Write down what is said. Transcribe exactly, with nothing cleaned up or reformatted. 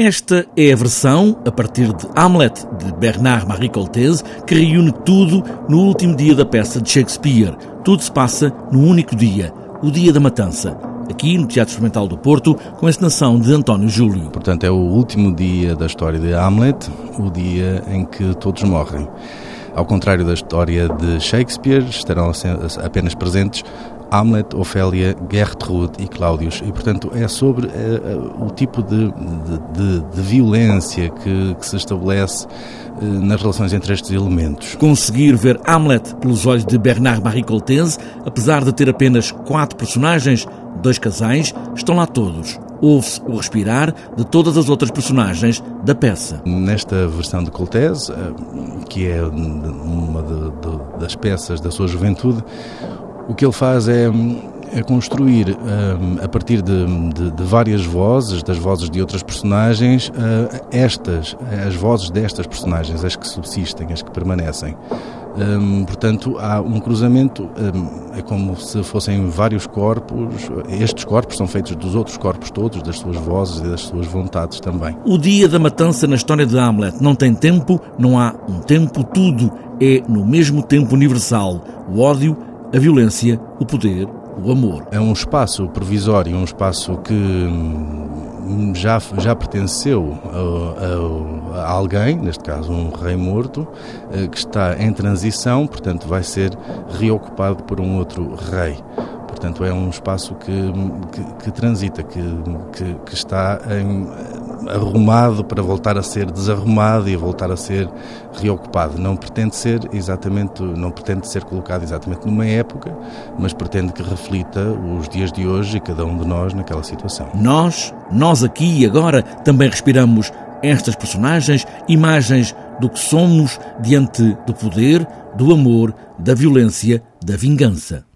Esta é a versão, a partir de Hamlet, de Bernard-Marie Coltese, que reúne tudo no último dia da peça de Shakespeare. Tudo se passa num único dia, o dia da matança. Aqui no Teatro Experimental do Porto, com a encenação de António Júlio. Portanto, é o último dia da história de Hamlet, o dia em que todos morrem. Ao contrário da história de Shakespeare, estarão apenas presentes Hamlet, Ofélia, Gertrude e Cláudius. E, portanto, é sobre uh, o tipo de, de, de, de violência que, que se estabelece uh, nas relações entre estes elementos. Conseguir ver Hamlet pelos olhos de Bernard-Marie Coltese, apesar de ter apenas quatro personagens, dois casais, estão lá todos. Ouve-se o respirar de todas as outras personagens da peça. Nesta versão de Coltese, que é uma de, de, das peças da sua juventude, o que ele faz é, é construir, um, a partir de, de, de várias vozes, das vozes de outras personagens, uh, estas, as vozes destas personagens, as que subsistem, as que permanecem. Um, portanto, há um cruzamento, um, é como se fossem vários corpos. Estes corpos são feitos dos outros corpos todos, das suas vozes e das suas vontades também. O dia da matança na história de Hamlet não tem tempo, não há um tempo, tudo é no mesmo tempo universal. O ódio, a violência, o poder, o amor. É um espaço provisório, um espaço que já, já pertenceu a, a, a alguém, neste caso um rei morto, que está em transição, portanto vai ser reocupado por um outro rei. Portanto, é um espaço que, que, que transita, que, que, que está em, arrumado para voltar a ser desarrumado e voltar a ser reocupado. Não pretende ser exatamente, não pretende ser colocado exatamente numa época, mas pretende que reflita os dias de hoje e cada um de nós naquela situação. Nós, nós aqui e agora, também respiramos estas personagens, imagens do que somos diante do poder, do amor, da violência, da vingança.